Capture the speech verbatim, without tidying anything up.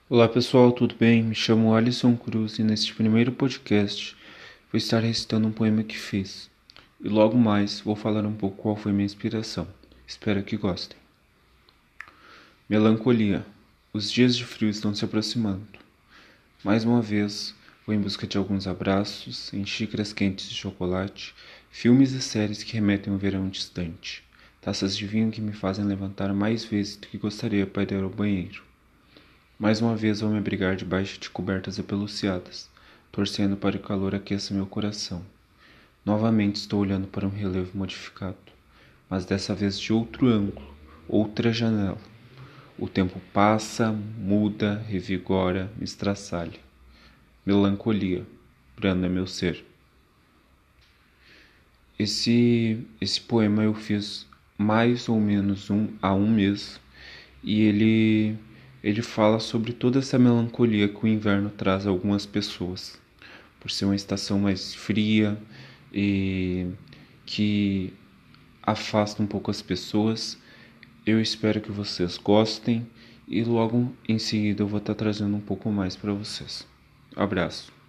Olá pessoal, tudo bem? Me chamo Alisson Cruz e neste primeiro podcast vou estar recitando um poema que fiz. E logo mais vou falar um pouco qual foi minha inspiração. Espero que gostem. Melancolia. Os dias de frio estão se aproximando. Mais uma vez, vou em busca de alguns abraços, em xícaras quentes de chocolate, filmes e séries que remetem ao verão distante, taças de vinho que me fazem levantar mais vezes do que gostaria para ir ao banheiro. Mais uma vez vou me abrigar debaixo de cobertas apeluciadas, torcendo para que o calor aqueça meu coração. Novamente estou olhando para um relevo modificado, mas dessa vez de outro ângulo, outra janela. O tempo passa, muda, revigora, me estraçalha. Melancolia, branda meu ser. Esse, esse poema eu fiz mais ou menos um, há um mês e ele, ele fala sobre toda essa melancolia que o inverno traz a algumas pessoas, por ser uma estação mais fria e que afasta um pouco as pessoas. Eu espero que vocês gostem e logo em seguida eu vou estar trazendo um pouco mais para vocês. Abraço.